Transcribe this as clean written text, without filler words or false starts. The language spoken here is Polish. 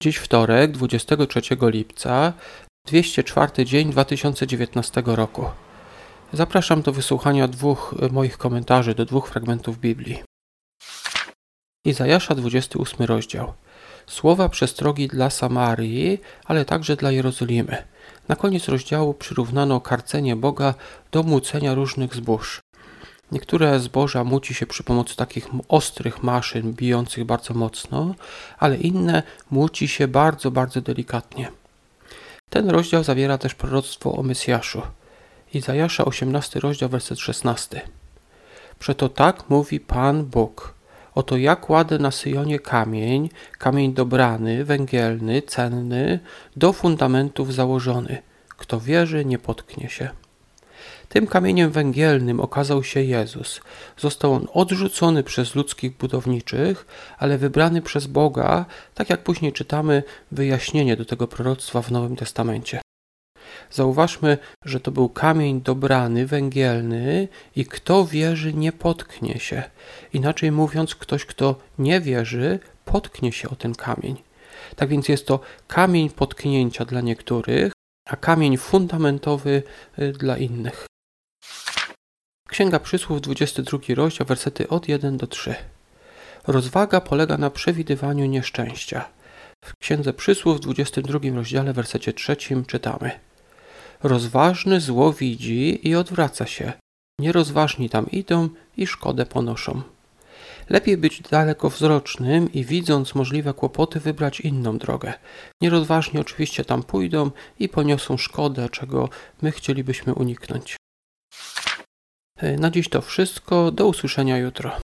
Dziś wtorek, 23 lipca, 204 dzień 2019 roku. Zapraszam do wysłuchania dwóch moich komentarzy do dwóch fragmentów Biblii. Izajasza, 28 rozdział. Słowa przestrogi dla Samarii, ale także dla Jerozolimy. Na koniec rozdziału przyrównano karcenie Boga do młócenia różnych zbóż. Niektóre zboża muci się przy pomocy takich ostrych maszyn bijących bardzo mocno, ale inne muci się bardzo, bardzo delikatnie. Ten rozdział zawiera też proroctwo o Mesjaszu. Izajasza 18 rozdział, werset 16. Przeto tak mówi Pan Bóg. Oto ja kładę na Syjonie kamień, kamień dobrany, węgielny, cenny, do fundamentów założony. Kto wierzy, nie potknie się. Tym kamieniem węgielnym okazał się Jezus. Został on odrzucony przez ludzkich budowniczych, ale wybrany przez Boga, tak jak później czytamy wyjaśnienie do tego proroctwa w Nowym Testamencie. Zauważmy, że to był kamień dobrany, węgielny i kto wierzy, nie potknie się. Inaczej mówiąc, ktoś, kto nie wierzy, potknie się o ten kamień. Tak więc jest to kamień potknięcia dla niektórych, a kamień fundamentowy dla innych. Księga Przysłów, 22 rozdział, wersety od 1 do 3. Rozwaga polega na przewidywaniu nieszczęścia. W Księdze Przysłów, w 22 rozdziale, wersecie 3 czytamy: Rozważny zło widzi i odwraca się. Nierozważni tam idą i szkodę ponoszą. Lepiej być dalekowzrocznym i widząc możliwe kłopoty wybrać inną drogę. Nierozważni oczywiście tam pójdą i poniosą szkodę, czego my chcielibyśmy uniknąć. Na dziś to wszystko. Do usłyszenia jutro.